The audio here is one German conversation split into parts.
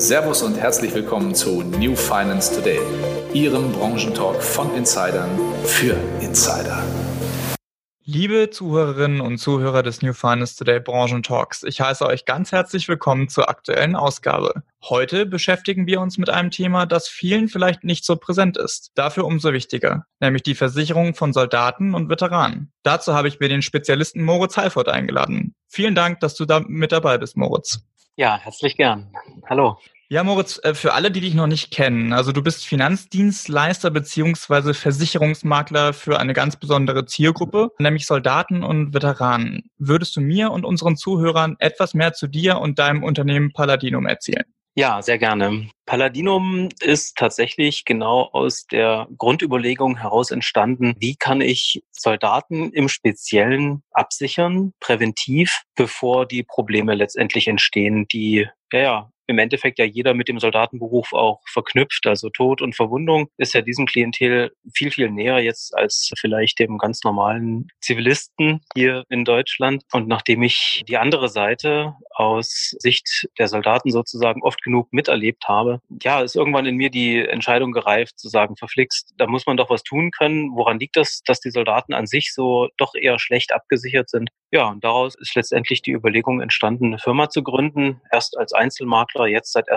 Servus und herzlich willkommen zu New Finance Today, Ihrem Branchentalk von Insidern für Insider. Liebe Zuhörerinnen und Zuhörer des New Finance Today Branchentalks, ich heiße euch ganz herzlich willkommen zur aktuellen Ausgabe. Heute beschäftigen wir uns mit einem Thema, das vielen vielleicht nicht so präsent ist, dafür umso wichtiger, nämlich die Versicherung von Soldaten und Veteranen. Dazu habe ich mir den Spezialisten Moritz Heilfort eingeladen. Vielen Dank, dass du da mit dabei bist, Moritz. Ja, herzlich gern. Hallo. Ja, Moritz, für alle, die dich noch nicht kennen, also du bist Finanzdienstleister bzw. Versicherungsmakler für eine ganz besondere Zielgruppe, nämlich Soldaten und Veteranen. Würdest du mir und unseren Zuhörern etwas mehr zu dir und deinem Unternehmen Palladinum erzählen? Ja, sehr gerne. Palladinum ist tatsächlich genau aus der Grundüberlegung heraus entstanden, wie kann ich Soldaten im Speziellen absichern, präventiv, bevor die Probleme letztendlich entstehen, die im Endeffekt ja jeder mit dem Soldatenberuf auch verknüpft. Also Tod und Verwundung ist ja diesem Klientel viel, viel näher jetzt als vielleicht dem ganz normalen Zivilisten hier in Deutschland. Und nachdem ich die andere Seite aus Sicht der Soldaten sozusagen oft genug miterlebt habe, ist irgendwann in mir die Entscheidung gereift, zu sagen, verflixt, da muss man doch was tun können. Woran liegt das, dass die Soldaten an sich so doch eher schlecht abgesichert sind? Ja, und daraus ist letztendlich die Überlegung entstanden, eine Firma zu gründen, erst als Einzelmakler, jetzt seit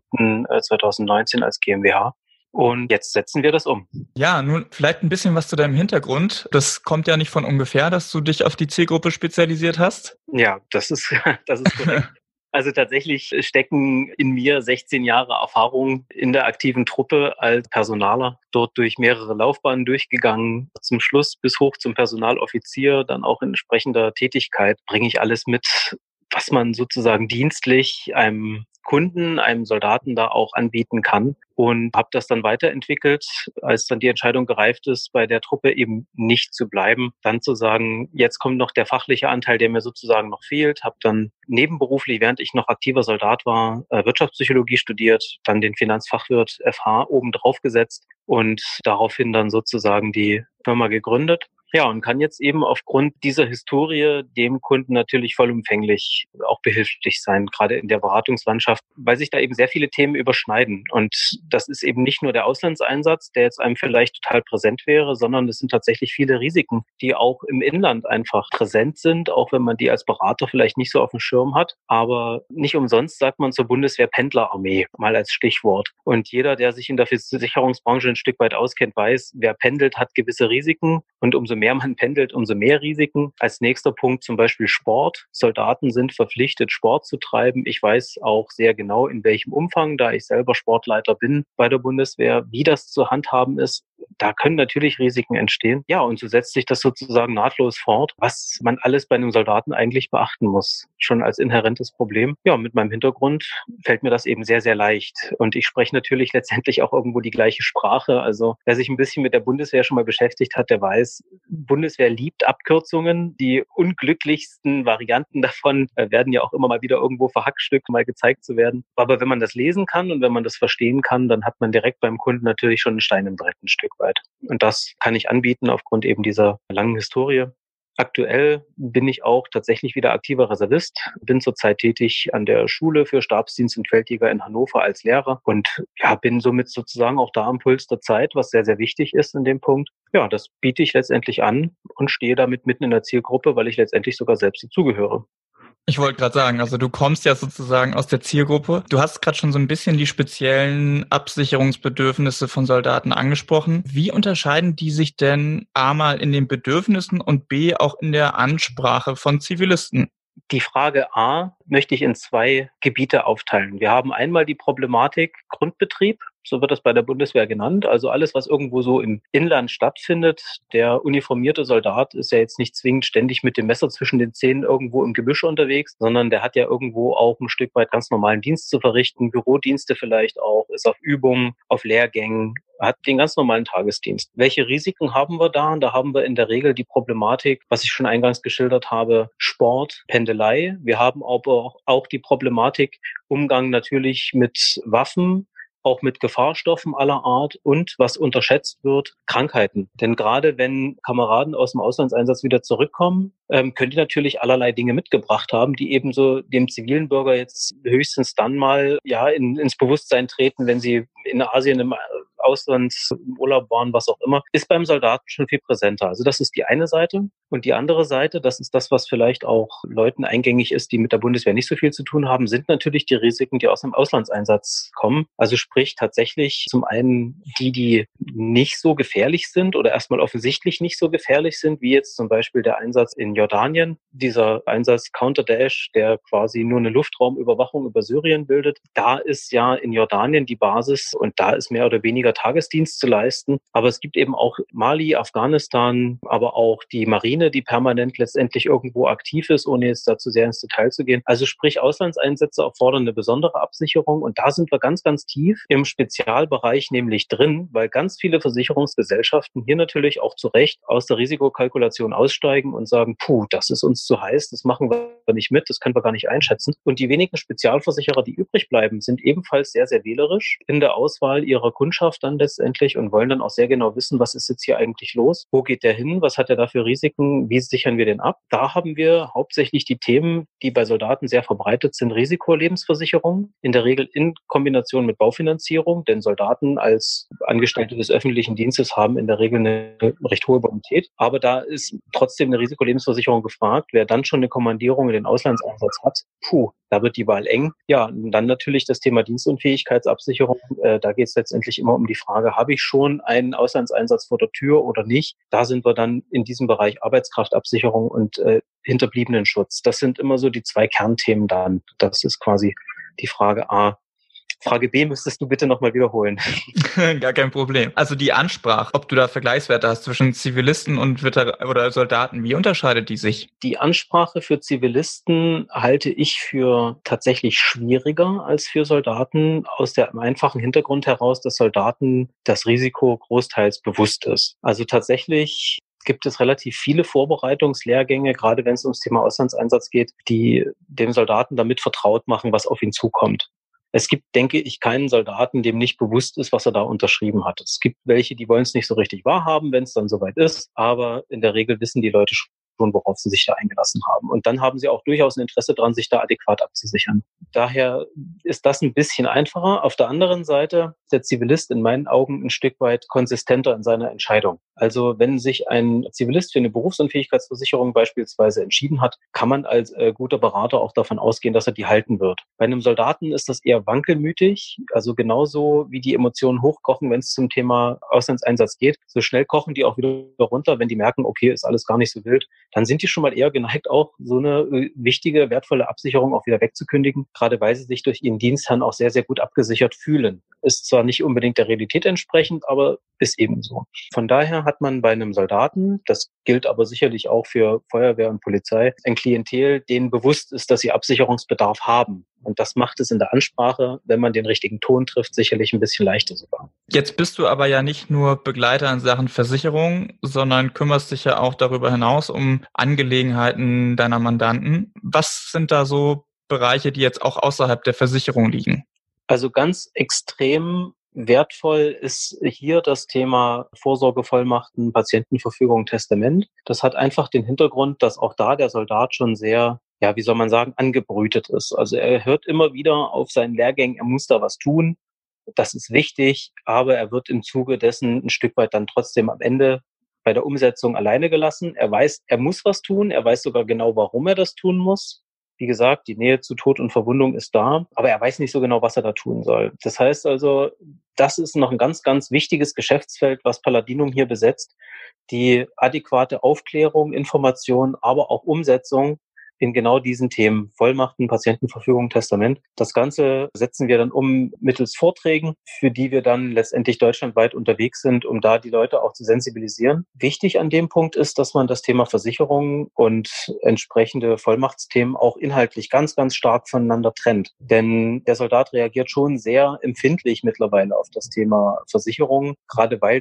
1.7.2019 als GmbH. Und jetzt setzen wir das um. Ja, nun vielleicht ein bisschen was zu deinem Hintergrund. Das kommt ja nicht von ungefähr, dass du dich auf die Zielgruppe spezialisiert hast. Ja, das ist korrekt. Also tatsächlich stecken in mir 16 Jahre Erfahrung in der aktiven Truppe als Personaler, dort durch mehrere Laufbahnen durchgegangen, zum Schluss bis hoch zum Personaloffizier, dann auch in entsprechender Tätigkeit bringe ich alles mit, was man sozusagen dienstlich einem Kunden, einem Soldaten da auch anbieten kann, und habe das dann weiterentwickelt, als dann die Entscheidung gereift ist, bei der Truppe eben nicht zu bleiben, dann zu sagen, jetzt kommt noch der fachliche Anteil, der mir sozusagen noch fehlt, habe dann nebenberuflich, während ich noch aktiver Soldat war, Wirtschaftspsychologie studiert, dann den Finanzfachwirt FH oben drauf gesetzt und daraufhin dann sozusagen die Firma gegründet. Ja, und kann jetzt eben aufgrund dieser Historie dem Kunden natürlich vollumfänglich auch behilflich sein, gerade in der Beratungslandschaft, weil sich da eben sehr viele Themen überschneiden. Und das ist eben nicht nur der Auslandseinsatz, der jetzt einem vielleicht total präsent wäre, sondern es sind tatsächlich viele Risiken, die auch im Inland einfach präsent sind, auch wenn man die als Berater vielleicht nicht so auf dem Schirm hat. Aber nicht umsonst sagt man zur Bundeswehr Pendlerarmee, mal als Stichwort. Und jeder, der sich in der Versicherungsbranche ein Stück weit auskennt, weiß, wer pendelt, hat gewisse Risiken. Und umso mehr man pendelt, umso mehr Risiken. Als nächster Punkt zum Beispiel Sport. Soldaten sind verpflichtet, Sport zu treiben. Ich weiß auch sehr genau, in welchem Umfang, da ich selber Sportleiter bin bei der Bundeswehr, wie das zu handhaben ist. Da können natürlich Risiken entstehen. Ja, und so setzt sich das sozusagen nahtlos fort, was man alles bei einem Soldaten eigentlich beachten muss. Schon als inhärentes Problem. Ja, mit meinem Hintergrund fällt mir das eben sehr, sehr leicht. Und ich spreche natürlich letztendlich auch irgendwo die gleiche Sprache. Also wer sich ein bisschen mit der Bundeswehr schon mal beschäftigt hat, der weiß, Bundeswehr liebt Abkürzungen. Die unglücklichsten Varianten davon werden ja auch immer mal wieder irgendwo verhackstückt, mal gezeigt zu werden. Aber wenn man das lesen kann und wenn man das verstehen kann, dann hat man direkt beim Kunden natürlich schon einen Stein im Brett ein Stück weit. Und das kann ich anbieten aufgrund eben dieser langen Historie. Aktuell bin ich auch tatsächlich wieder aktiver Reservist, bin zurzeit tätig an der Schule für Stabsdienst und Feldjäger in Hannover als Lehrer und bin somit sozusagen auch da am Puls der Zeit, was sehr, sehr wichtig ist in dem Punkt. Ja, das biete ich letztendlich an und stehe damit mitten in der Zielgruppe, weil ich letztendlich sogar selbst dazugehöre. Ich wollte gerade sagen, also du kommst ja sozusagen aus der Zielgruppe. Du hast gerade schon so ein bisschen die speziellen Absicherungsbedürfnisse von Soldaten angesprochen. Wie unterscheiden die sich denn A mal in den Bedürfnissen und B auch in der Ansprache von Zivilisten? Die Frage A möchte ich in zwei Gebiete aufteilen. Wir haben einmal die Problematik Grundbetrieb, so wird das bei der Bundeswehr genannt. Also alles, was irgendwo so im Inland stattfindet. Der uniformierte Soldat ist ja jetzt nicht zwingend ständig mit dem Messer zwischen den Zähnen irgendwo im Gebüsch unterwegs, sondern der hat ja irgendwo auch ein Stück weit ganz normalen Dienst zu verrichten, Bürodienste vielleicht auch, ist auf Übungen, auf Lehrgängen, hat den ganz normalen Tagesdienst. Welche Risiken haben wir da? Da haben wir in der Regel die Problematik, was ich schon eingangs geschildert habe, Sport, Pendelei. Wir haben aber auch die Problematik, Umgang natürlich mit Waffen, auch mit Gefahrstoffen aller Art und, was unterschätzt wird, Krankheiten. Denn gerade wenn Kameraden aus dem Auslandseinsatz wieder zurückkommen, können die natürlich allerlei Dinge mitgebracht haben, die ebenso dem zivilen Bürger jetzt höchstens dann mal ins Bewusstsein treten, wenn sie in Asien im Ausland im Urlaub waren, was auch immer, ist beim Soldaten schon viel präsenter. Also das ist die eine Seite. Und die andere Seite, das ist das, was vielleicht auch Leuten eingängig ist, die mit der Bundeswehr nicht so viel zu tun haben, sind natürlich die Risiken, die aus dem Auslandseinsatz kommen. Also sprich tatsächlich zum einen die nicht so gefährlich sind oder erstmal offensichtlich nicht so gefährlich sind, wie jetzt zum Beispiel der Einsatz in Jordanien, dieser Einsatz Counter Daesh, der quasi nur eine Luftraumüberwachung über Syrien bildet. Da ist ja in Jordanien die Basis und da ist mehr oder weniger Tagesdienst zu leisten. Aber es gibt eben auch Mali, Afghanistan, aber auch die Marine, die permanent letztendlich irgendwo aktiv ist, ohne jetzt dazu sehr ins Detail zu gehen. Also sprich, Auslandseinsätze erfordern eine besondere Absicherung und da sind wir ganz, ganz tief im Spezialbereich nämlich drin, weil ganz viele Versicherungsgesellschaften hier natürlich auch zu Recht aus der Risikokalkulation aussteigen und sagen, das ist uns zu heiß, das machen wir nicht mit, das können wir gar nicht einschätzen. Und die wenigen Spezialversicherer, die übrig bleiben, sind ebenfalls sehr, sehr wählerisch in der Auswahl ihrer Kundschaft dann letztendlich und wollen dann auch sehr genau wissen, was ist jetzt hier eigentlich los, wo geht der hin, was hat er da für Risiken, wie sichern wir den ab. Da haben wir hauptsächlich die Themen, die bei Soldaten sehr verbreitet sind, Risikolebensversicherung, in der Regel in Kombination mit Baufinanzierung, denn Soldaten als Angestellte des öffentlichen Dienstes haben in der Regel eine recht hohe Bonität, aber da ist trotzdem eine Risikolebensversicherung gefragt. Wer dann schon eine Kommandierung in den Auslandseinsatz hat, da wird die Wahl eng. Ja, und dann natürlich das Thema Dienstunfähigkeitsabsicherung. Da geht es letztendlich immer um die Frage, habe ich schon einen Auslandseinsatz vor der Tür oder nicht? Da sind wir dann in diesem Bereich Arbeitskraftabsicherung und Hinterbliebenenschutz. Das sind immer so die zwei Kernthemen dann. Das ist quasi die Frage A. Frage B müsstest du bitte nochmal wiederholen. Gar kein Problem. Also die Ansprache, ob du da Vergleichswerte hast zwischen Zivilisten und oder Soldaten, wie unterscheidet die sich? Die Ansprache für Zivilisten halte ich für tatsächlich schwieriger als für Soldaten, aus dem einfachen Hintergrund heraus, dass Soldaten das Risiko großteils bewusst ist. Also tatsächlich gibt es relativ viele Vorbereitungslehrgänge, gerade wenn es ums Thema Auslandseinsatz geht, die dem Soldaten damit vertraut machen, was auf ihn zukommt. Es gibt, denke ich, keinen Soldaten, dem nicht bewusst ist, was er da unterschrieben hat. Es gibt welche, die wollen es nicht so richtig wahrhaben, wenn es dann soweit ist. Aber in der Regel wissen die Leute schon, worauf sie sich da eingelassen haben. Und dann haben sie auch durchaus ein Interesse daran, sich da adäquat abzusichern. Daher ist das ein bisschen einfacher. Auf der anderen Seite ist der Zivilist in meinen Augen ein Stück weit konsistenter in seiner Entscheidung. Also wenn sich ein Zivilist für eine Berufsunfähigkeitsversicherung beispielsweise entschieden hat, kann man als guter Berater auch davon ausgehen, dass er die halten wird. Bei einem Soldaten ist das eher wankelmütig, also genauso wie die Emotionen hochkochen, wenn es zum Thema Auslandseinsatz geht. So schnell kochen die auch wieder runter, wenn die merken, okay, ist alles gar nicht so wild. Dann sind die schon mal eher geneigt, auch so eine wichtige, wertvolle Absicherung auch wieder wegzukündigen, gerade weil sie sich durch ihren Dienstherrn auch sehr, sehr gut abgesichert fühlen. Ist zwar nicht unbedingt der Realität entsprechend, aber ist eben so. Von daher hat man bei einem Soldaten, das gilt aber sicherlich auch für Feuerwehr und Polizei, ein Klientel, denen bewusst ist, dass sie Absicherungsbedarf haben. Und das macht es in der Ansprache, wenn man den richtigen Ton trifft, sicherlich ein bisschen leichter sogar. Jetzt bist du aber ja nicht nur Begleiter in Sachen Versicherung, sondern kümmerst dich ja auch darüber hinaus um Angelegenheiten deiner Mandanten. Was sind da so Bereiche, die jetzt auch außerhalb der Versicherung liegen? Also ganz extrem wertvoll ist hier das Thema Vorsorgevollmachten, Patientenverfügung, Testament. Das hat einfach den Hintergrund, dass auch da der Soldat schon sehr, angebrütet ist. Also er hört immer wieder auf seinen Lehrgängen, er muss da was tun. Das ist wichtig, aber er wird im Zuge dessen ein Stück weit dann trotzdem am Ende bei der Umsetzung alleine gelassen. Er weiß, er muss was tun. Er weiß sogar genau, warum er das tun muss. Wie gesagt, die Nähe zu Tod und Verwundung ist da, aber er weiß nicht so genau, was er da tun soll. Das heißt also, das ist noch ein ganz, ganz wichtiges Geschäftsfeld, was Palladinum hier besetzt. Die adäquate Aufklärung, Information, aber auch Umsetzung in genau diesen Themen. Vollmachten, Patientenverfügung, Testament. Das Ganze setzen wir dann um mittels Vorträgen, für die wir dann letztendlich deutschlandweit unterwegs sind, um da die Leute auch zu sensibilisieren. Wichtig an dem Punkt ist, dass man das Thema Versicherung und entsprechende Vollmachtsthemen auch inhaltlich ganz, ganz stark voneinander trennt. Denn der Soldat reagiert schon sehr empfindlich mittlerweile auf das Thema Versicherung, gerade weil da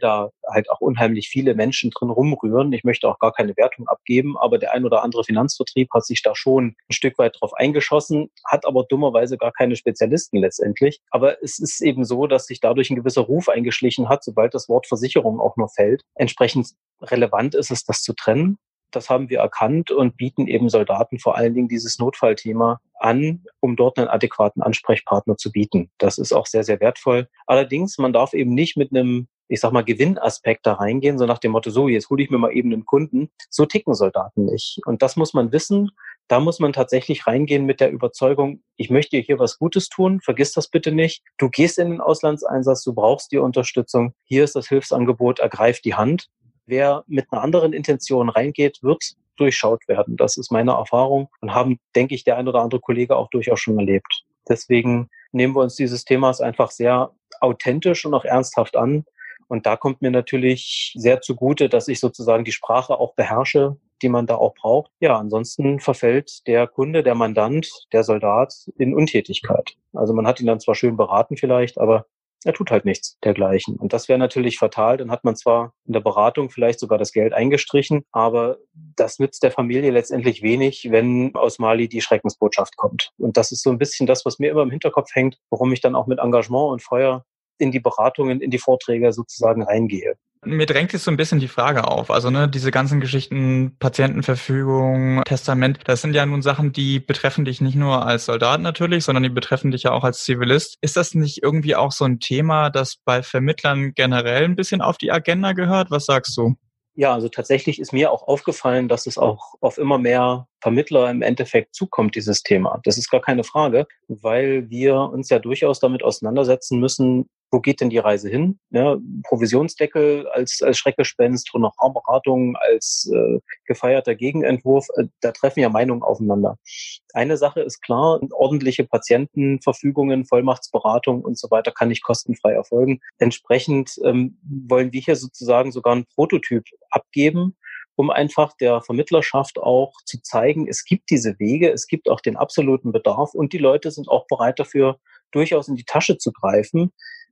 halt auch unheimlich viele Menschen drin rumrühren. Ich möchte auch gar keine Wertung abgeben, aber der ein oder andere Finanzvertrieb hat sich da schon ein Stück weit drauf eingeschossen, hat aber dummerweise gar keine Spezialisten letztendlich. Aber es ist eben so, dass sich dadurch ein gewisser Ruf eingeschlichen hat, sobald das Wort Versicherung auch nur fällt. Entsprechend relevant ist es, das zu trennen. Das haben wir erkannt und bieten eben Soldaten vor allen Dingen dieses Notfallthema an, um dort einen adäquaten Ansprechpartner zu bieten. Das ist auch sehr, sehr wertvoll. Allerdings, man darf eben nicht mit einem, ich sag mal, Gewinnaspekt da reingehen, so nach dem Motto, so, jetzt hole ich mir mal eben einen Kunden. So ticken Soldaten nicht. Und das muss man wissen. Da muss man tatsächlich reingehen mit der Überzeugung, ich möchte dir hier was Gutes tun, vergiss das bitte nicht. Du gehst in den Auslandseinsatz, du brauchst die Unterstützung. Hier ist das Hilfsangebot, ergreif die Hand. Wer mit einer anderen Intention reingeht, wird durchschaut werden. Das ist meine Erfahrung und haben, denke ich, der ein oder andere Kollege auch durchaus schon erlebt. Deswegen nehmen wir uns dieses Themas einfach sehr authentisch und auch ernsthaft an. Und da kommt mir natürlich sehr zugute, dass ich sozusagen die Sprache auch beherrsche, die man da auch braucht. Ja, ansonsten verfällt der Kunde, der Mandant, der Soldat in Untätigkeit. Also man hat ihn dann zwar schön beraten vielleicht, aber er tut halt nichts dergleichen. Und das wäre natürlich fatal. Dann hat man zwar in der Beratung vielleicht sogar das Geld eingestrichen, aber das nützt der Familie letztendlich wenig, wenn aus Mali die Schreckensbotschaft kommt. Und das ist so ein bisschen das, was mir immer im Hinterkopf hängt, warum ich dann auch mit Engagement und Feuer in die Beratungen, in die Vorträge sozusagen reingehe. Mir drängt sich so ein bisschen die Frage auf. Also diese ganzen Geschichten, Patientenverfügung, Testament, das sind ja nun Sachen, die betreffen dich nicht nur als Soldat natürlich, sondern die betreffen dich ja auch als Zivilist. Ist das nicht irgendwie auch so ein Thema, das bei Vermittlern generell ein bisschen auf die Agenda gehört? Was sagst du? Ja, also tatsächlich ist mir auch aufgefallen, dass es auch auf immer mehr Vermittler im Endeffekt zukommt, dieses Thema. Das ist gar keine Frage, weil wir uns ja durchaus damit auseinandersetzen müssen, wo geht denn die Reise hin? Ja, Provisionsdeckel als Schreckgespenst, Honorarberatung als gefeierter Gegenentwurf, da treffen ja Meinungen aufeinander. Eine Sache ist klar, ordentliche Patientenverfügungen, Vollmachtsberatung und so weiter kann nicht kostenfrei erfolgen. Entsprechend wollen wir hier sozusagen sogar einen Prototyp abgeben, um einfach der Vermittlerschaft auch zu zeigen, es gibt diese Wege, es gibt auch den absoluten Bedarf und die Leute sind auch bereit dafür, durchaus in die Tasche zu greifen.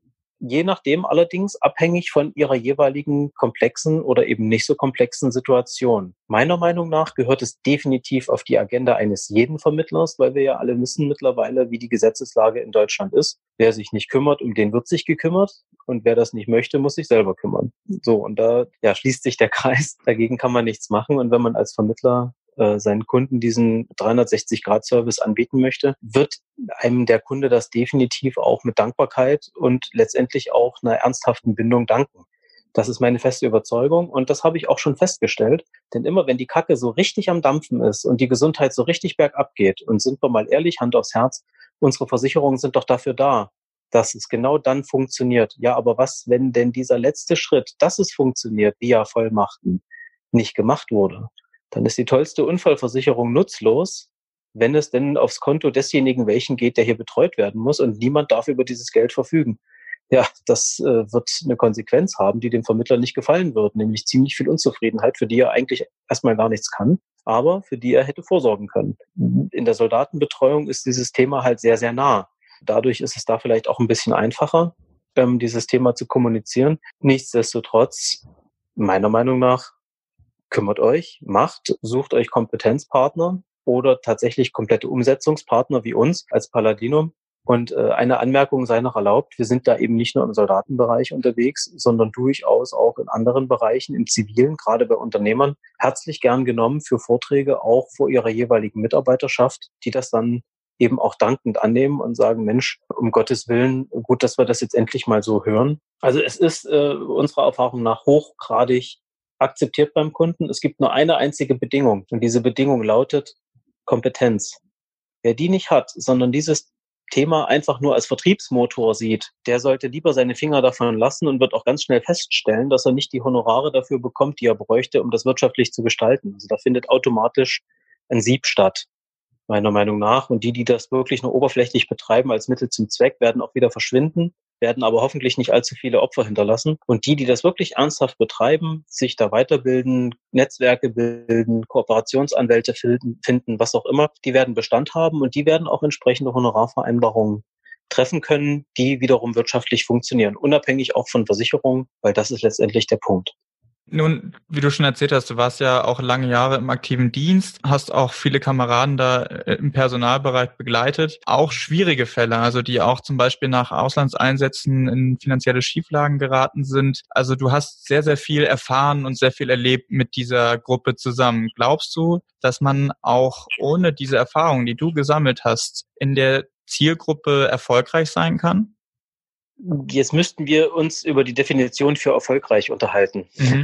Je nachdem allerdings abhängig von ihrer jeweiligen komplexen oder eben nicht so komplexen Situation. Meiner Meinung nach gehört es definitiv auf die Agenda eines jeden Vermittlers, weil wir ja alle wissen mittlerweile, wie die Gesetzeslage in Deutschland ist. Wer sich nicht kümmert, um den wird sich gekümmert. Und wer das nicht möchte, muss sich selber kümmern. So, und da schließt sich der Kreis. Dagegen kann man nichts machen. Und wenn man als Vermittler seinen Kunden diesen 360-Grad-Service anbieten möchte, wird einem der Kunde das definitiv auch mit Dankbarkeit und letztendlich auch einer ernsthaften Bindung danken. Das ist meine feste Überzeugung und das habe ich auch schon festgestellt. Denn immer wenn die Kacke so richtig am Dampfen ist und die Gesundheit so richtig bergab geht, und sind wir mal ehrlich, Hand aufs Herz, unsere Versicherungen sind doch dafür da, dass es genau dann funktioniert. Ja, aber was, wenn denn dieser letzte Schritt, dass es funktioniert, via Vollmachten, nicht gemacht wurde? Dann ist die tollste Unfallversicherung nutzlos, wenn es denn aufs Konto desjenigen welchen geht, der hier betreut werden muss und niemand darf über dieses Geld verfügen. Ja, das wird eine Konsequenz haben, die dem Vermittler nicht gefallen wird, nämlich ziemlich viel Unzufriedenheit, für die er eigentlich erstmal gar nichts kann, aber für die er hätte vorsorgen können. In der Soldatenbetreuung ist dieses Thema halt sehr, sehr nah. Dadurch ist es da vielleicht auch ein bisschen einfacher, dieses Thema zu kommunizieren. Nichtsdestotrotz, meiner Meinung nach, kümmert euch, sucht euch Kompetenzpartner oder tatsächlich komplette Umsetzungspartner wie uns als Palladinum. Und eine Anmerkung sei noch erlaubt, wir sind da eben nicht nur im Soldatenbereich unterwegs, sondern durchaus auch in anderen Bereichen, im Zivilen, gerade bei Unternehmern, herzlich gern genommen für Vorträge auch vor ihrer jeweiligen Mitarbeiterschaft, die das dann eben auch dankend annehmen und sagen, Mensch, um Gottes Willen, gut, dass wir das jetzt endlich mal so hören. Also es ist unserer Erfahrung nach hochgradig akzeptiert beim Kunden. Es gibt nur eine einzige Bedingung und diese Bedingung lautet Kompetenz. Wer die nicht hat, sondern dieses Thema einfach nur als Vertriebsmotor sieht, der sollte lieber seine Finger davon lassen und wird auch ganz schnell feststellen, dass er nicht die Honorare dafür bekommt, die er bräuchte, um das wirtschaftlich zu gestalten. Also da findet automatisch ein Sieb statt, meiner Meinung nach. Und die das wirklich nur oberflächlich betreiben als Mittel zum Zweck, werden auch wieder verschwinden, werden aber hoffentlich nicht allzu viele Opfer hinterlassen. Und die das wirklich ernsthaft betreiben, sich da weiterbilden, Netzwerke bilden, Kooperationsanwälte finden, was auch immer, die werden Bestand haben und die werden auch entsprechende Honorarvereinbarungen treffen können, die wiederum wirtschaftlich funktionieren, unabhängig auch von Versicherungen, weil das ist letztendlich der Punkt. Nun, wie du schon erzählt hast, du warst ja auch lange Jahre im aktiven Dienst, hast auch viele Kameraden da im Personalbereich begleitet. Auch schwierige Fälle, also die auch zum Beispiel nach Auslandseinsätzen in finanzielle Schieflagen geraten sind. Also du hast sehr, sehr viel erfahren und sehr viel erlebt mit dieser Gruppe zusammen. Glaubst du, dass man auch ohne diese Erfahrung, die du gesammelt hast, in der Zielgruppe erfolgreich sein kann? Jetzt müssten wir uns über die Definition für erfolgreich unterhalten. Mhm.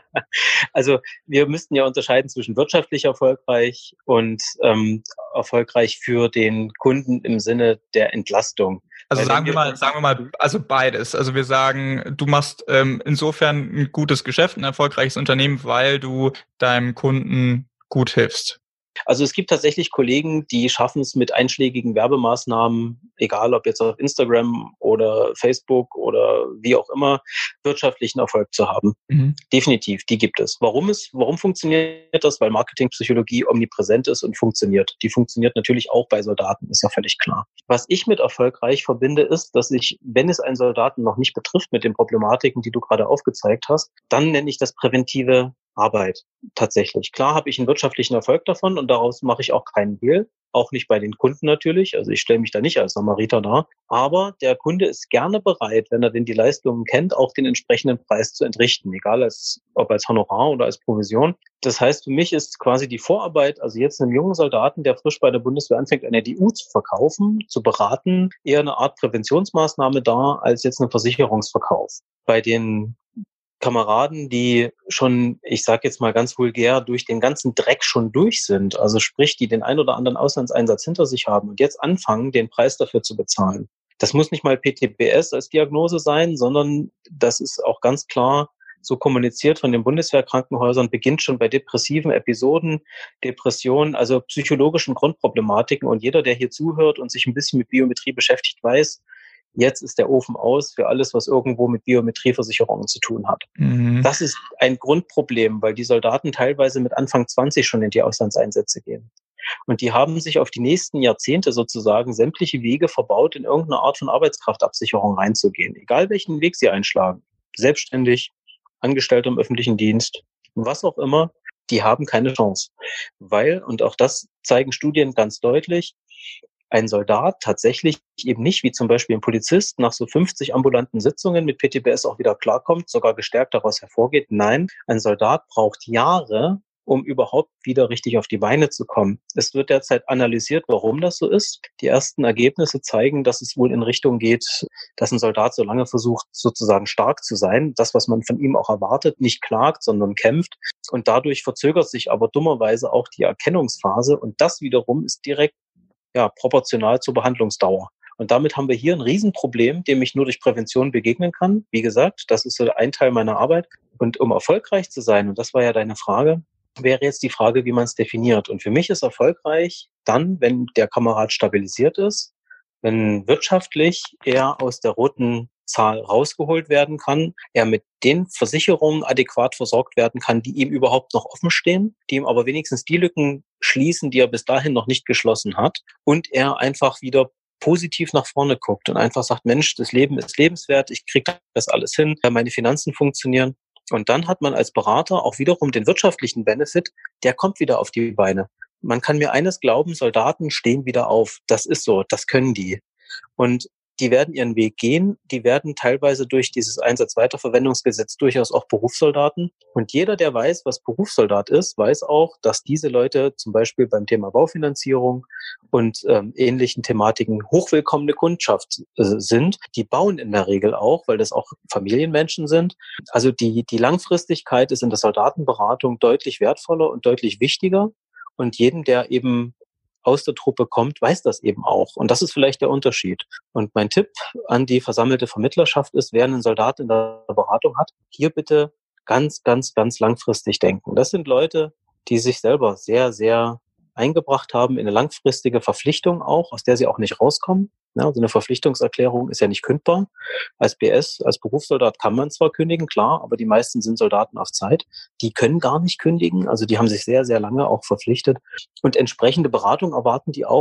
Also wir müssten ja unterscheiden zwischen wirtschaftlich erfolgreich und erfolgreich für den Kunden im Sinne der Entlastung. Also sagen wir mal, also beides. Also wir sagen, du machst insofern ein gutes Geschäft, ein erfolgreiches Unternehmen, weil du deinem Kunden gut hilfst. Also es gibt tatsächlich Kollegen, die schaffen es mit einschlägigen Werbemaßnahmen, egal ob jetzt auf Instagram oder Facebook oder wie auch immer, wirtschaftlichen Erfolg zu haben. Mhm. Definitiv, die gibt es. Warum funktioniert das? Weil Marketingpsychologie omnipräsent ist und funktioniert. Die funktioniert natürlich auch bei Soldaten, ist ja völlig klar. Was ich mit erfolgreich verbinde, ist, dass ich, wenn es einen Soldaten noch nicht betrifft mit den Problematiken, die du gerade aufgezeigt hast, dann nenne ich das präventive Arbeit tatsächlich. Klar habe ich einen wirtschaftlichen Erfolg davon und daraus mache ich auch keinen Deal, auch nicht bei den Kunden natürlich. Also ich stelle mich da nicht als Samariter dar. Aber der Kunde ist gerne bereit, wenn er denn die Leistungen kennt, auch den entsprechenden Preis zu entrichten, egal ob als Honorar oder als Provision. Das heißt, für mich ist quasi die Vorarbeit, also jetzt einem jungen Soldaten, der frisch bei der Bundeswehr anfängt, eine DU zu verkaufen, zu beraten, eher eine Art Präventionsmaßnahme dar, als jetzt ein Versicherungsverkauf. Bei den Kameraden, die schon, ich sage jetzt mal ganz vulgär, durch den ganzen Dreck schon durch sind, also sprich, die den ein oder anderen Auslandseinsatz hinter sich haben und jetzt anfangen, den Preis dafür zu bezahlen. Das muss nicht mal PTBS als Diagnose sein, sondern das ist auch ganz klar so kommuniziert von den Bundeswehrkrankenhäusern, beginnt schon bei depressiven Episoden, Depressionen, also psychologischen Grundproblematiken. Und jeder, der hier zuhört und sich ein bisschen mit Biometrie beschäftigt, weiß, jetzt ist der Ofen aus für alles, was irgendwo mit Biometrieversicherungen zu tun hat. Mhm. Das ist ein Grundproblem, weil die Soldaten teilweise mit Anfang 20 schon in die Auslandseinsätze gehen. Und die haben sich auf die nächsten Jahrzehnte sozusagen sämtliche Wege verbaut, in irgendeine Art von Arbeitskraftabsicherung reinzugehen. Egal welchen Weg sie einschlagen. Selbstständig, Angestellte im öffentlichen Dienst, was auch immer, die haben keine Chance. Weil, und auch das zeigen Studien ganz deutlich, ein Soldat tatsächlich eben nicht, wie zum Beispiel ein Polizist, nach so 50 ambulanten Sitzungen mit PTBS auch wieder klarkommt, sogar gestärkt daraus hervorgeht. Nein, ein Soldat braucht Jahre, um überhaupt wieder richtig auf die Beine zu kommen. Es wird derzeit analysiert, warum das so ist. Die ersten Ergebnisse zeigen, dass es wohl in Richtung geht, dass ein Soldat so lange versucht, sozusagen stark zu sein, das, was man von ihm auch erwartet, nicht klagt, sondern kämpft. Und dadurch verzögert sich aber dummerweise auch die Erkennungsphase. Und das wiederum ist direkt proportional zur Behandlungsdauer. Und damit haben wir hier ein Riesenproblem, dem ich nur durch Prävention begegnen kann. Wie gesagt, das ist so ein Teil meiner Arbeit. Und um erfolgreich zu sein, und das war ja deine Frage, wäre jetzt die Frage, wie man es definiert. Und für mich ist erfolgreich dann, wenn der Kamerad stabilisiert ist, wenn wirtschaftlich er aus der roten Zahl rausgeholt werden kann, er mit den Versicherungen adäquat versorgt werden kann, die ihm überhaupt noch offen stehen, die ihm aber wenigstens die Lücken schließen, die er bis dahin noch nicht geschlossen hat, und er einfach wieder positiv nach vorne guckt und einfach sagt, Mensch, das Leben ist lebenswert, ich kriege das alles hin, meine Finanzen funktionieren. Und dann hat man als Berater auch wiederum den wirtschaftlichen Benefit, der kommt wieder auf die Beine. Man kann mir eines glauben, Soldaten stehen wieder auf. Das ist so, das können die. Und die werden ihren Weg gehen, die werden teilweise durch dieses Einsatzweiterverwendungsgesetz durchaus auch Berufssoldaten. Und jeder, der weiß, was Berufssoldat ist, weiß auch, dass diese Leute zum Beispiel beim Thema Baufinanzierung und ähnlichen Thematiken hochwillkommene Kundschaft sind. Die bauen in der Regel auch, weil das auch Familienmenschen sind. Also die Langfristigkeit ist in der Soldatenberatung deutlich wertvoller und deutlich wichtiger. Und jedem, der eben aus der Truppe kommt, weiß das eben auch. Und das ist vielleicht der Unterschied. Und mein Tipp an die versammelte Vermittlerschaft ist, wer einen Soldat in der Beratung hat, hier bitte ganz, ganz, ganz langfristig denken. Das sind Leute, die sich selber sehr, sehr eingebracht haben in eine langfristige Verpflichtung auch, aus der sie auch nicht rauskommen. Ja, also eine Verpflichtungserklärung ist ja nicht kündbar. Als BS, als Berufssoldat kann man zwar kündigen, klar, aber die meisten sind Soldaten auf Zeit. Die können gar nicht kündigen, also die haben sich sehr, sehr lange auch verpflichtet. Und entsprechende Beratung erwarten die auch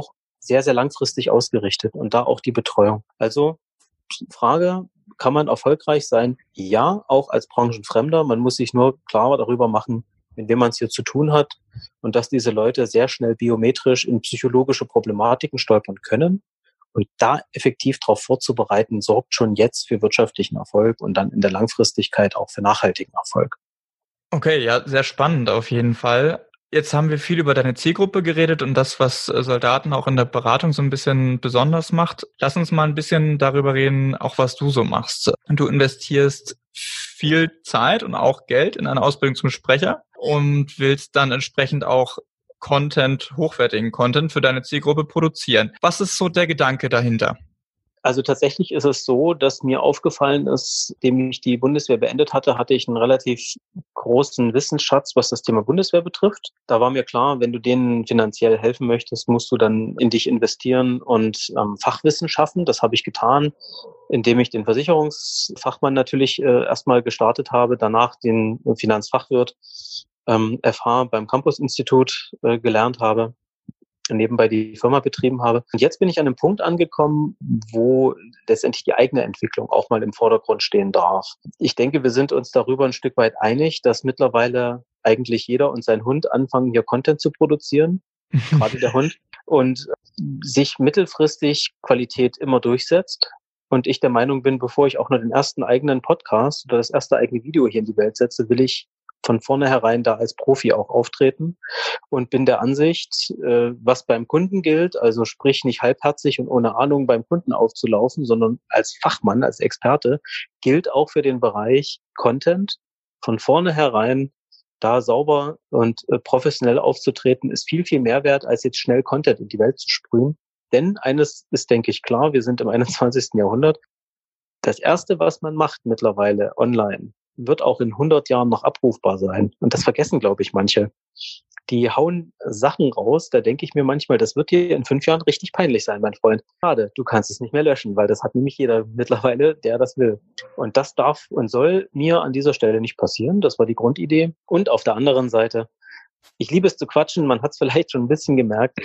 sehr, sehr langfristig ausgerichtet und da auch die Betreuung. Also Frage, kann man erfolgreich sein? Ja, auch als Branchenfremder. Man muss sich nur klar darüber machen, mit wem man es hier zu tun hat und dass diese Leute sehr schnell biometrisch in psychologische Problematiken stolpern können. Und da effektiv darauf vorzubereiten, sorgt schon jetzt für wirtschaftlichen Erfolg und dann in der Langfristigkeit auch für nachhaltigen Erfolg. Okay, ja, sehr spannend auf jeden Fall. Jetzt haben wir viel über deine Zielgruppe geredet und das, was Soldaten auch in der Beratung so ein bisschen besonders macht. Lass uns mal ein bisschen darüber reden, auch was du so machst. Du investierst viel Zeit und auch Geld in eine Ausbildung zum Sprecher und willst dann entsprechend auch hochwertigen Content für deine Zielgruppe produzieren. Was ist so der Gedanke dahinter? Also tatsächlich ist es so, dass mir aufgefallen ist, nachdem ich die Bundeswehr beendet hatte, hatte ich einen relativ großen Wissensschatz, was das Thema Bundeswehr betrifft. Da war mir klar, wenn du denen finanziell helfen möchtest, musst du dann in dich investieren und Fachwissen schaffen. Das habe ich getan, indem ich den Versicherungsfachmann natürlich erstmal gestartet habe, danach den Finanzfachwirt FH beim Campus-Institut gelernt habe, nebenbei die Firma betrieben habe. Und jetzt bin ich an einem Punkt angekommen, wo letztendlich die eigene Entwicklung auch mal im Vordergrund stehen darf. Ich denke, wir sind uns darüber ein Stück weit einig, dass mittlerweile eigentlich jeder und sein Hund anfangen, hier Content zu produzieren, gerade der Hund, und sich mittelfristig Qualität immer durchsetzt. Und ich der Meinung bin, bevor ich auch nur den ersten eigenen Podcast oder das erste eigene Video hier in die Welt setze, will ich von vornherein da als Profi auch auftreten und bin der Ansicht, was beim Kunden gilt, also sprich nicht halbherzig und ohne Ahnung beim Kunden aufzulaufen, sondern als Fachmann, als Experte, gilt auch für den Bereich Content. Von vornherein da sauber und professionell aufzutreten, ist viel, viel mehr wert, als jetzt schnell Content in die Welt zu sprühen. Denn eines ist, denke ich, klar, wir sind im 21. Jahrhundert. Das Erste, was man macht mittlerweile online, wird auch in 100 Jahren noch abrufbar sein. Und das vergessen, glaube ich, manche. Die hauen Sachen raus, da denke ich mir manchmal, das wird dir in 5 Jahren richtig peinlich sein, mein Freund. Schade, du kannst es nicht mehr löschen, weil das hat nämlich jeder mittlerweile, der das will. Und das darf und soll mir an dieser Stelle nicht passieren. Das war die Grundidee. Und auf der anderen Seite, ich liebe es zu quatschen, man hat es vielleicht schon ein bisschen gemerkt.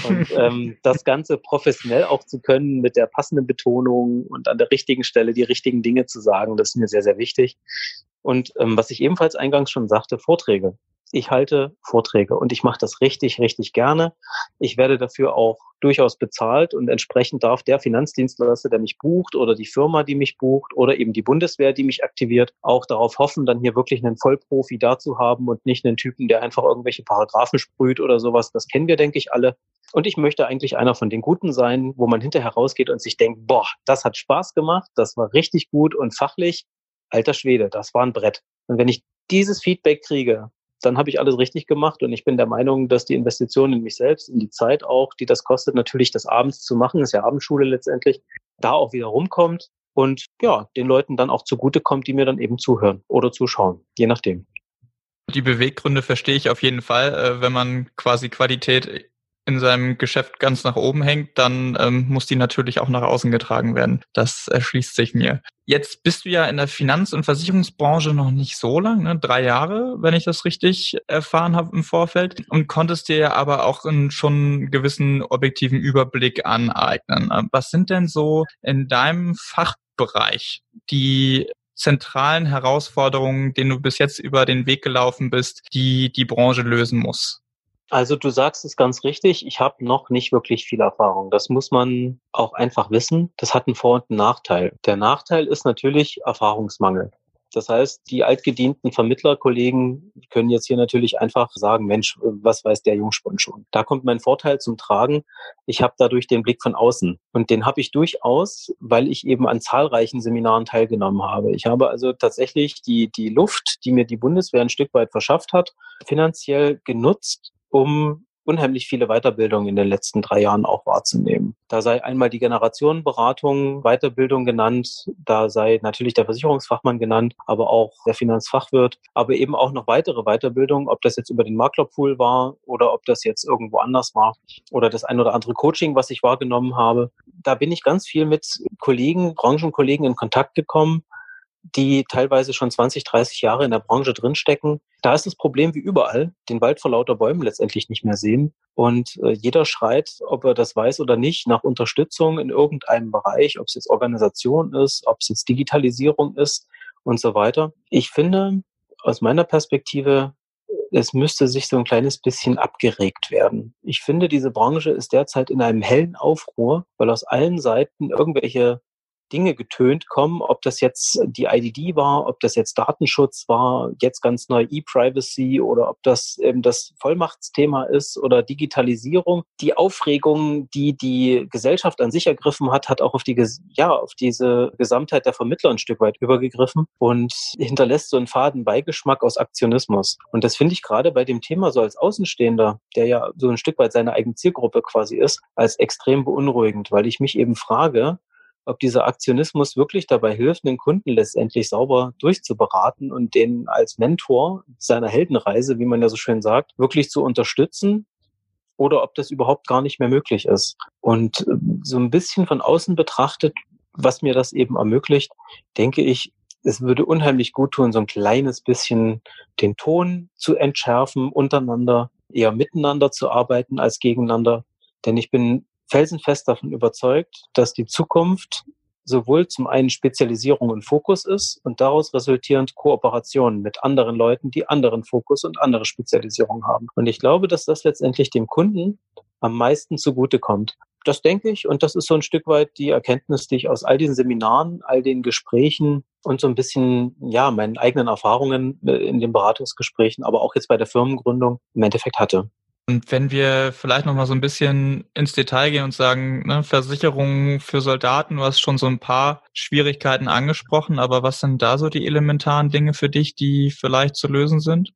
Und das Ganze professionell auch zu können, mit der passenden Betonung und an der richtigen Stelle die richtigen Dinge zu sagen, das ist mir sehr, sehr wichtig. Und was ich ebenfalls eingangs schon sagte, Vorträge. Ich halte Vorträge und ich mache das richtig, richtig gerne. Ich werde dafür auch durchaus bezahlt und entsprechend darf der Finanzdienstleister, der mich bucht oder die Firma, die mich bucht oder eben die Bundeswehr, die mich aktiviert, auch darauf hoffen, dann hier wirklich einen Vollprofi da zu haben und nicht einen Typen, der einfach irgendwelche Paragraphen sprüht oder sowas. Das kennen wir, denke ich, alle. Und ich möchte eigentlich einer von den Guten sein, wo man hinterher rausgeht und sich denkt, boah, das hat Spaß gemacht, das war richtig gut und fachlich, alter Schwede, das war ein Brett. Und wenn ich dieses Feedback kriege, dann habe ich alles richtig gemacht und ich bin der Meinung, dass die Investition in mich selbst, in die Zeit auch, die das kostet, natürlich das abends zu machen, ist ja Abendschule letztendlich, da auch wieder rumkommt und ja, den Leuten dann auch zugutekommt, die mir dann eben zuhören oder zuschauen, je nachdem. Die Beweggründe verstehe ich auf jeden Fall. Wenn man quasi Qualität in seinem Geschäft ganz nach oben hängt, dann muss die natürlich auch nach außen getragen werden. Das erschließt sich mir. Jetzt bist du ja in der Finanz- und Versicherungsbranche noch nicht so lang, ne? 3 Jahre, wenn ich das richtig erfahren habe im Vorfeld, und konntest dir ja aber auch schon einen gewissen objektiven Überblick aneignen. Was sind denn so in deinem Fachbereich die zentralen Herausforderungen, denen du bis jetzt über den Weg gelaufen bist, die die Branche lösen muss? Also du sagst es ganz richtig, ich habe noch nicht wirklich viel Erfahrung. Das muss man auch einfach wissen. Das hat einen Vor- und einen Nachteil. Der Nachteil ist natürlich Erfahrungsmangel. Das heißt, die altgedienten Vermittlerkollegen können jetzt hier natürlich einfach sagen, Mensch, was weiß der Jungspund schon? Da kommt mein Vorteil zum Tragen. Ich habe dadurch den Blick von außen. Und den habe ich durchaus, weil ich eben an zahlreichen Seminaren teilgenommen habe. Ich habe also tatsächlich die Luft, die mir die Bundeswehr ein Stück weit verschafft hat, finanziell genutzt, um unheimlich viele Weiterbildungen in den letzten 3 Jahren auch wahrzunehmen. Da sei einmal die Generationenberatung, Weiterbildung genannt, da sei natürlich der Versicherungsfachmann genannt, aber auch der Finanzfachwirt, aber eben auch noch weitere Weiterbildungen, ob das jetzt über den Maklerpool war oder ob das jetzt irgendwo anders war oder das ein oder andere Coaching, was ich wahrgenommen habe. Da bin ich ganz viel mit Kollegen, Branchenkollegen in Kontakt gekommen, die teilweise schon 20, 30 Jahre in der Branche drinstecken. Da ist das Problem wie überall, den Wald vor lauter Bäumen letztendlich nicht mehr sehen. Und jeder schreit, ob er das weiß oder nicht, nach Unterstützung in irgendeinem Bereich, ob es jetzt Organisation ist, ob es jetzt Digitalisierung ist und so weiter. Ich finde, aus meiner Perspektive, es müsste sich so ein kleines bisschen abgeregt werden. Ich finde, diese Branche ist derzeit in einem hellen Aufruhr, weil aus allen Seiten irgendwelche Dinge getönt kommen, ob das jetzt die IDD war, ob das jetzt Datenschutz war, jetzt ganz neu E-Privacy oder ob das eben das Vollmachtsthema ist oder Digitalisierung. Die Aufregung, die die Gesellschaft an sich ergriffen hat, hat auch auf auf diese Gesamtheit der Vermittler ein Stück weit übergegriffen und hinterlässt so einen faden Beigeschmack aus Aktionismus. Und das finde ich gerade bei dem Thema so als Außenstehender, der ja so ein Stück weit seine eigene Zielgruppe quasi ist, als extrem beunruhigend, weil ich mich eben frage, ob dieser Aktionismus wirklich dabei hilft, den Kunden letztendlich sauber durchzuberaten und den als Mentor seiner Heldenreise, wie man ja so schön sagt, wirklich zu unterstützen oder ob das überhaupt gar nicht mehr möglich ist. Und so ein bisschen von außen betrachtet, was mir das eben ermöglicht, denke ich, es würde unheimlich gut tun, so ein kleines bisschen den Ton zu entschärfen, untereinander, eher miteinander zu arbeiten als gegeneinander. Denn ich bin felsenfest davon überzeugt, dass die Zukunft sowohl zum einen Spezialisierung und Fokus ist und daraus resultierend Kooperation mit anderen Leuten, die anderen Fokus und andere Spezialisierung haben. Und ich glaube, dass das letztendlich dem Kunden am meisten zugutekommt. Das denke ich, und das ist so ein Stück weit die Erkenntnis, die ich aus all diesen Seminaren, all den Gesprächen und so ein bisschen, meinen eigenen Erfahrungen in den Beratungsgesprächen, aber auch jetzt bei der Firmengründung im Endeffekt hatte. Und wenn wir vielleicht noch mal so ein bisschen ins Detail gehen und sagen, ne, Versicherungen für Soldaten, du hast schon so ein paar Schwierigkeiten angesprochen, aber was sind da so die elementaren Dinge für dich, die vielleicht zu lösen sind?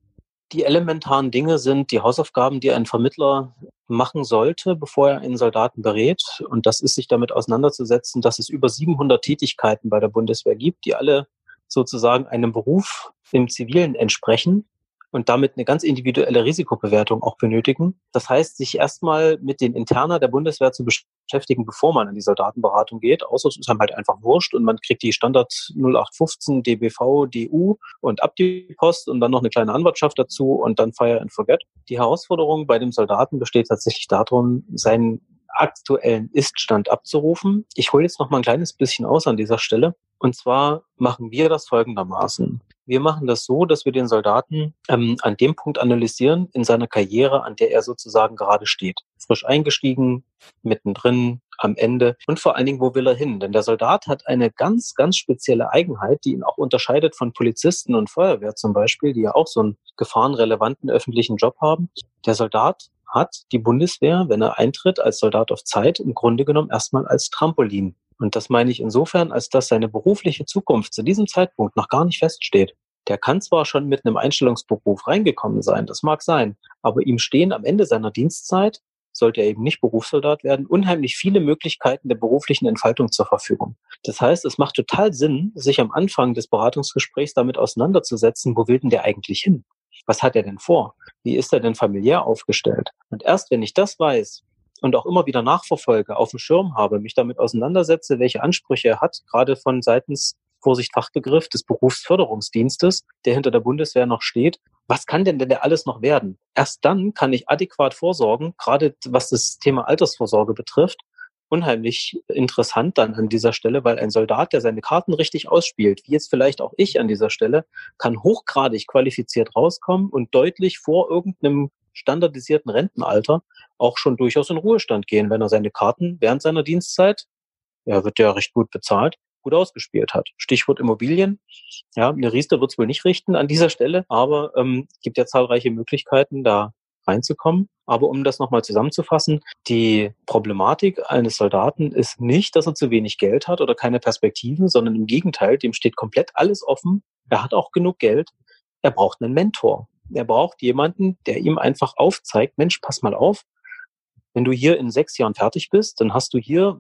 Die elementaren Dinge sind die Hausaufgaben, die ein Vermittler machen sollte, bevor er einen Soldaten berät. Und das ist, sich damit auseinanderzusetzen, dass es über 700 Tätigkeiten bei der Bundeswehr gibt, die alle sozusagen einem Beruf im Zivilen entsprechen und damit eine ganz individuelle Risikobewertung auch benötigen. Das heißt, sich erstmal mit den Interna der Bundeswehr zu beschäftigen, bevor man in die Soldatenberatung geht. Außer es ist einem halt einfach wurscht und man kriegt die Standard 0815 DBV, DU und ab die Post und dann noch eine kleine Anwartschaft dazu und dann Fire and Forget. Die Herausforderung bei dem Soldaten besteht tatsächlich darin, seinen aktuellen Ist-Stand abzurufen. Ich hole jetzt noch mal ein kleines bisschen aus an dieser Stelle. Und zwar machen wir das folgendermaßen. Wir machen das so, dass wir den Soldaten an dem Punkt analysieren in seiner Karriere, an der er sozusagen gerade steht. Frisch eingestiegen, mittendrin, am Ende und vor allen Dingen, wo will er hin? Denn der Soldat hat eine ganz, ganz spezielle Eigenheit, die ihn auch unterscheidet von Polizisten und Feuerwehr zum Beispiel, die ja auch so einen gefahrenrelevanten öffentlichen Job haben. Der Soldat hat die Bundeswehr, wenn er eintritt als Soldat auf Zeit, im Grunde genommen erstmal als Trampolin. Und das meine ich insofern, als dass seine berufliche Zukunft zu diesem Zeitpunkt noch gar nicht feststeht. Der kann zwar schon mit einem Einstellungsberuf reingekommen sein, das mag sein, aber ihm stehen am Ende seiner Dienstzeit, sollte er eben nicht Berufssoldat werden, unheimlich viele Möglichkeiten der beruflichen Entfaltung zur Verfügung. Das heißt, es macht total Sinn, sich am Anfang des Beratungsgesprächs damit auseinanderzusetzen, wo will denn der eigentlich hin? Was hat er denn vor? Wie ist er denn familiär aufgestellt? Und erst wenn ich das weiß und auch immer wieder nachverfolge, auf dem Schirm habe, mich damit auseinandersetze, welche Ansprüche er hat, gerade von seitens, Vorsicht Fachbegriff, des Berufsförderungsdienstes, der hinter der Bundeswehr noch steht, was kann denn der alles noch werden? Erst dann kann ich adäquat vorsorgen, gerade was das Thema Altersvorsorge betrifft, unheimlich interessant dann an dieser Stelle, weil ein Soldat, der seine Karten richtig ausspielt, wie jetzt vielleicht auch ich an dieser Stelle, kann hochgradig qualifiziert rauskommen und deutlich vor irgendeinem standardisierten Rentenalter auch schon durchaus in Ruhestand gehen, wenn er seine Karten während seiner Dienstzeit, wird ja recht gut bezahlt, gut ausgespielt hat. Stichwort Immobilien. Ja, eine Riester wird es wohl nicht richten an dieser Stelle, aber gibt ja zahlreiche Möglichkeiten, da reinzukommen. Aber um das nochmal zusammenzufassen, die Problematik eines Soldaten ist nicht, dass er zu wenig Geld hat oder keine Perspektiven, sondern im Gegenteil, dem steht komplett alles offen. Er hat auch genug Geld. Er braucht einen Mentor. Er braucht jemanden, der ihm einfach aufzeigt, Mensch, pass mal auf, wenn du hier in 6 Jahren fertig bist, dann hast du hier,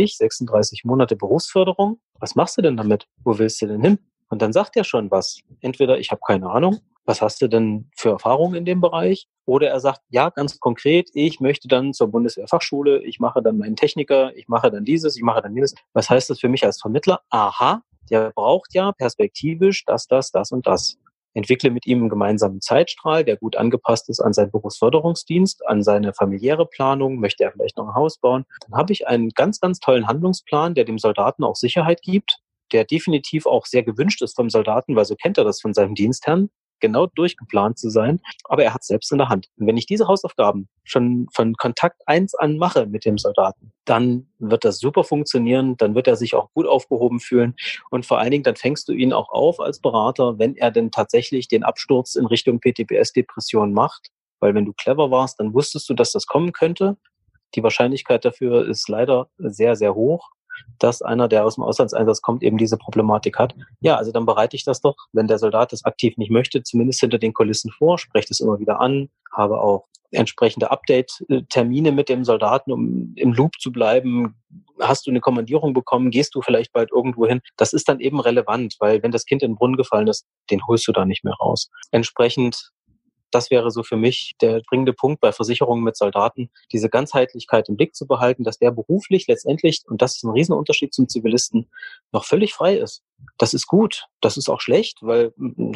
36 Monate Berufsförderung. Was machst du denn damit? Wo willst du denn hin? Und dann sagt er schon was. Entweder ich habe keine Ahnung, was hast du denn für Erfahrungen in dem Bereich? Oder er sagt, ja, ganz konkret, ich möchte dann zur Bundeswehrfachschule, ich mache dann meinen Techniker, ich mache dann dieses, ich mache dann jenes. Was heißt das für mich als Vermittler? Aha, der braucht ja perspektivisch das und das. Entwickle mit ihm einen gemeinsamen Zeitstrahl, der gut angepasst ist an seinen Berufsförderungsdienst, an seine familiäre Planung, möchte er vielleicht noch ein Haus bauen. Dann habe ich einen ganz, ganz tollen Handlungsplan, der dem Soldaten auch Sicherheit gibt, der definitiv auch sehr gewünscht ist vom Soldaten, weil so kennt er das von seinem Dienstherrn, genau durchgeplant zu sein, aber er hat es selbst in der Hand. Und wenn ich diese Hausaufgaben schon von Kontakt 1 an mache mit dem Soldaten, dann wird das super funktionieren, dann wird er sich auch gut aufgehoben fühlen und vor allen Dingen, dann fängst du ihn auch auf als Berater, wenn er denn tatsächlich den Absturz in Richtung PTBS-Depression macht, weil wenn du clever warst, dann wusstest du, dass das kommen könnte. Die Wahrscheinlichkeit dafür ist leider sehr, sehr hoch, dass einer, der aus dem Auslandseinsatz kommt, eben diese Problematik hat. Ja, also dann bereite ich das doch, wenn der Soldat das aktiv nicht möchte, zumindest hinter den Kulissen vor, spreche das immer wieder an, habe auch entsprechende Update-Termine mit dem Soldaten, um im Loop zu bleiben. Hast du eine Kommandierung bekommen? Gehst du vielleicht bald irgendwo hin? Das ist dann eben relevant, weil wenn das Kind in den Brunnen gefallen ist, den holst du da nicht mehr raus. Entsprechend, das wäre so für mich der springende Punkt bei Versicherungen mit Soldaten, diese Ganzheitlichkeit im Blick zu behalten, dass der beruflich letztendlich, und das ist ein Riesenunterschied zum Zivilisten, noch völlig frei ist. Das ist gut, das ist auch schlecht, weil,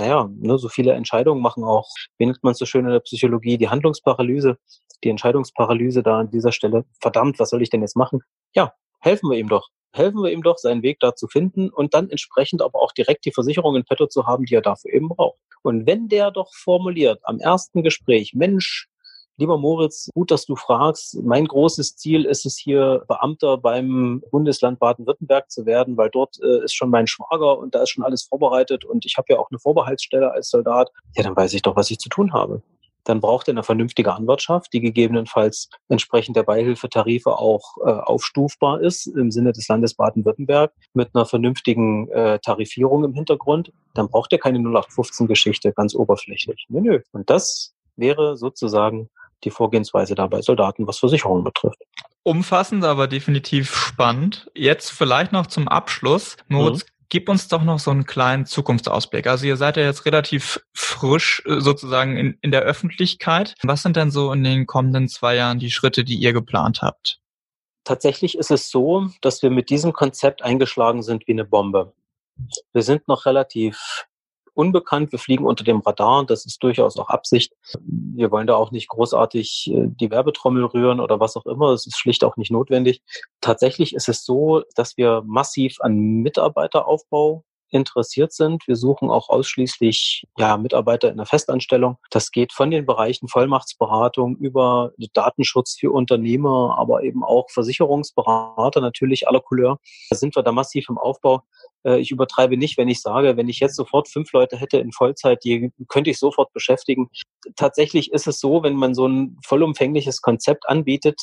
so viele Entscheidungen machen auch, wie nennt man es so schön in der Psychologie, die Handlungsparalyse, die Entscheidungsparalyse da an dieser Stelle. Verdammt, was soll ich denn jetzt machen? Ja, helfen wir ihm doch. Helfen wir ihm doch, seinen Weg da zu finden und dann entsprechend aber auch direkt die Versicherung in petto zu haben, die er dafür eben braucht. Und wenn der doch formuliert am ersten Gespräch, Mensch, lieber Moritz, gut, dass du fragst, mein großes Ziel ist es hier, Beamter beim Bundesland Baden-Württemberg zu werden, weil dort ist schon mein Schwager und da ist schon alles vorbereitet und ich habe ja auch eine Vorbehaltsstelle als Soldat, ja, dann weiß ich doch, was ich zu tun habe. Dann braucht er eine vernünftige Anwartschaft, die gegebenenfalls entsprechend der Beihilfetarife auch aufstufbar ist im Sinne des Landes Baden-Württemberg mit einer vernünftigen Tarifierung im Hintergrund. Dann braucht er keine 0815-Geschichte, ganz oberflächlich. Nö. Und das wäre sozusagen die Vorgehensweise da bei Soldaten, was Versicherungen betrifft. Umfassend, aber definitiv spannend. Jetzt vielleicht noch zum Abschluss. Moritz, gib uns doch noch so einen kleinen Zukunftsausblick. Also ihr seid ja jetzt relativ frisch sozusagen in der Öffentlichkeit. Was sind denn so in den kommenden 2 Jahren die Schritte, die ihr geplant habt? Tatsächlich ist es so, dass wir mit diesem Konzept eingeschlagen sind wie eine Bombe. Wir sind noch relativ unbekannt, wir fliegen unter dem Radar, das ist durchaus auch Absicht. Wir wollen da auch nicht großartig die Werbetrommel rühren oder was auch immer, es ist schlicht auch nicht notwendig. Tatsächlich ist es so, dass wir massiv an Mitarbeiteraufbau interessiert sind. Wir suchen auch ausschließlich Mitarbeiter in der Festanstellung. Das geht von den Bereichen Vollmachtsberatung über Datenschutz für Unternehmer, aber eben auch Versicherungsberater natürlich aller Couleur. Da sind wir da massiv im Aufbau. Ich übertreibe nicht, wenn ich sage, wenn ich jetzt sofort 5 Leute hätte in Vollzeit, die könnte ich sofort beschäftigen. Tatsächlich ist es so, wenn man so ein vollumfängliches Konzept anbietet,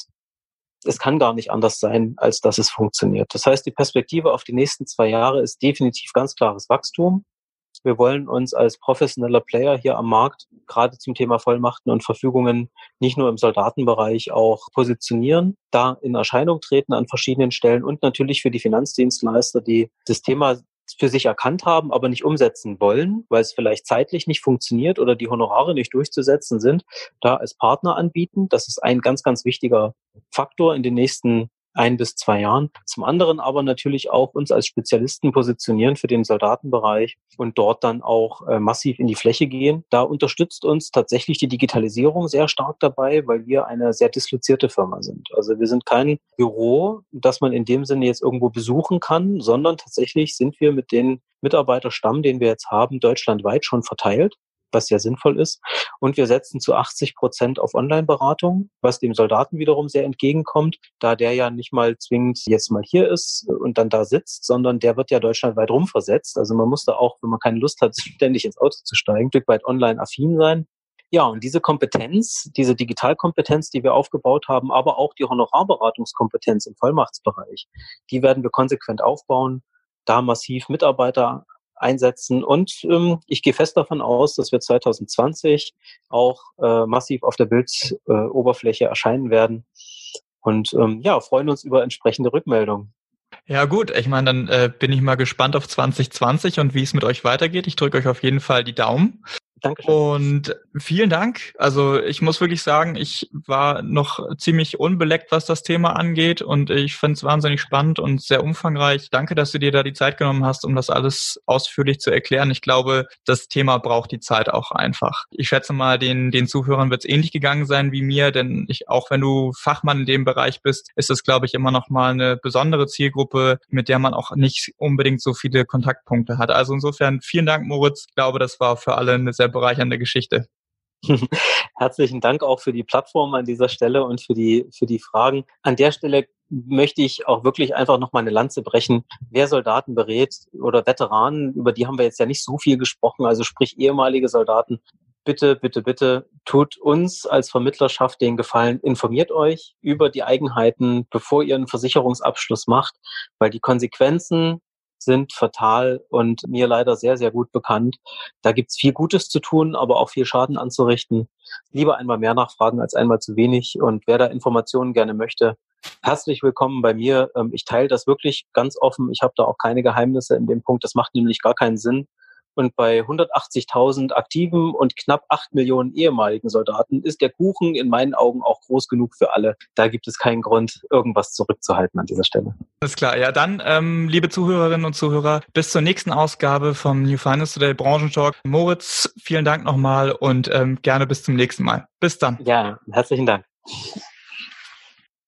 es kann gar nicht anders sein, als dass es funktioniert. Das heißt, die Perspektive auf die nächsten 2 Jahre ist definitiv ganz klares Wachstum. Wir wollen uns als professioneller Player hier am Markt gerade zum Thema Vollmachten und Verfügungen nicht nur im Soldatenbereich auch positionieren, da in Erscheinung treten an verschiedenen Stellen und natürlich für die Finanzdienstleister, die das Thema für sich erkannt haben, aber nicht umsetzen wollen, weil es vielleicht zeitlich nicht funktioniert oder die Honorare nicht durchzusetzen sind, da als Partner anbieten. Das ist ein ganz, ganz wichtiger Faktor in den nächsten 1 bis 2 Jahren. Zum anderen aber natürlich auch uns als Spezialisten positionieren für den Soldatenbereich und dort dann auch massiv in die Fläche gehen. Da unterstützt uns tatsächlich die Digitalisierung sehr stark dabei, weil wir eine sehr dislozierte Firma sind. Also wir sind kein Büro, das man in dem Sinne jetzt irgendwo besuchen kann, sondern tatsächlich sind wir mit den Mitarbeiterstamm, den wir jetzt haben, deutschlandweit schon verteilt, was ja sinnvoll ist. Und wir setzen zu 80% auf Online-Beratung, was dem Soldaten wiederum sehr entgegenkommt, da der ja nicht mal zwingend jetzt mal hier ist und dann da sitzt, sondern der wird ja deutschlandweit rumversetzt. Also man muss da auch, wenn man keine Lust hat, ständig ins Auto zu steigen, ein Stück weit online affin sein. Ja, und diese Kompetenz, diese Digitalkompetenz, die wir aufgebaut haben, aber auch die Honorarberatungskompetenz im Vollmachtsbereich, die werden wir konsequent aufbauen, da massiv Mitarbeiter einsetzen und ich gehe fest davon aus, dass wir 2020 auch massiv auf der Bildoberfläche erscheinen werden und freuen uns über entsprechende Rückmeldungen. Ja gut, ich meine, dann bin ich mal gespannt auf 2020 und wie es mit euch weitergeht. Ich drücke euch auf jeden Fall die Daumen. Dankeschön. Und Vielen Dank. Also ich muss wirklich sagen, ich war noch ziemlich unbeleckt, was das Thema angeht und ich finde es wahnsinnig spannend und sehr umfangreich. Danke, dass du dir da die Zeit genommen hast, um das alles ausführlich zu erklären. Ich glaube, das Thema braucht die Zeit auch einfach. Ich schätze mal, den Zuhörern wird es ähnlich gegangen sein wie mir, denn auch wenn du Fachmann in dem Bereich bist, ist es, glaube ich, immer noch mal eine besondere Zielgruppe, mit der man auch nicht unbedingt so viele Kontaktpunkte hat. Also insofern vielen Dank, Moritz. Ich glaube, das war für alle eine sehr bereichernde Geschichte. Herzlichen Dank auch für die Plattform an dieser Stelle und für die Fragen. An der Stelle möchte ich auch wirklich einfach noch mal eine Lanze brechen. Wer Soldaten berät oder Veteranen, über die haben wir jetzt ja nicht so viel gesprochen, also sprich ehemalige Soldaten, bitte, bitte, bitte tut uns als Vermittlerschaft den Gefallen, informiert euch über die Eigenheiten, bevor ihr einen Versicherungsabschluss macht, weil die Konsequenzen sind fatal und mir leider sehr, sehr gut bekannt. Da gibt's viel Gutes zu tun, aber auch viel Schaden anzurichten. Lieber einmal mehr nachfragen als einmal zu wenig. Und wer da Informationen gerne möchte, herzlich willkommen bei mir. Ich teile das wirklich ganz offen. Ich habe da auch keine Geheimnisse in dem Punkt. Das macht nämlich gar keinen Sinn. Und bei 180.000 aktiven und knapp 8 Millionen ehemaligen Soldaten ist der Kuchen in meinen Augen auch groß genug für alle. Da gibt es keinen Grund, irgendwas zurückzuhalten an dieser Stelle. Alles klar. Ja, dann, liebe Zuhörerinnen und Zuhörer, bis zur nächsten Ausgabe vom New Finance Today Branchentalk. Moritz, vielen Dank nochmal und gerne bis zum nächsten Mal. Bis dann. Ja, herzlichen Dank.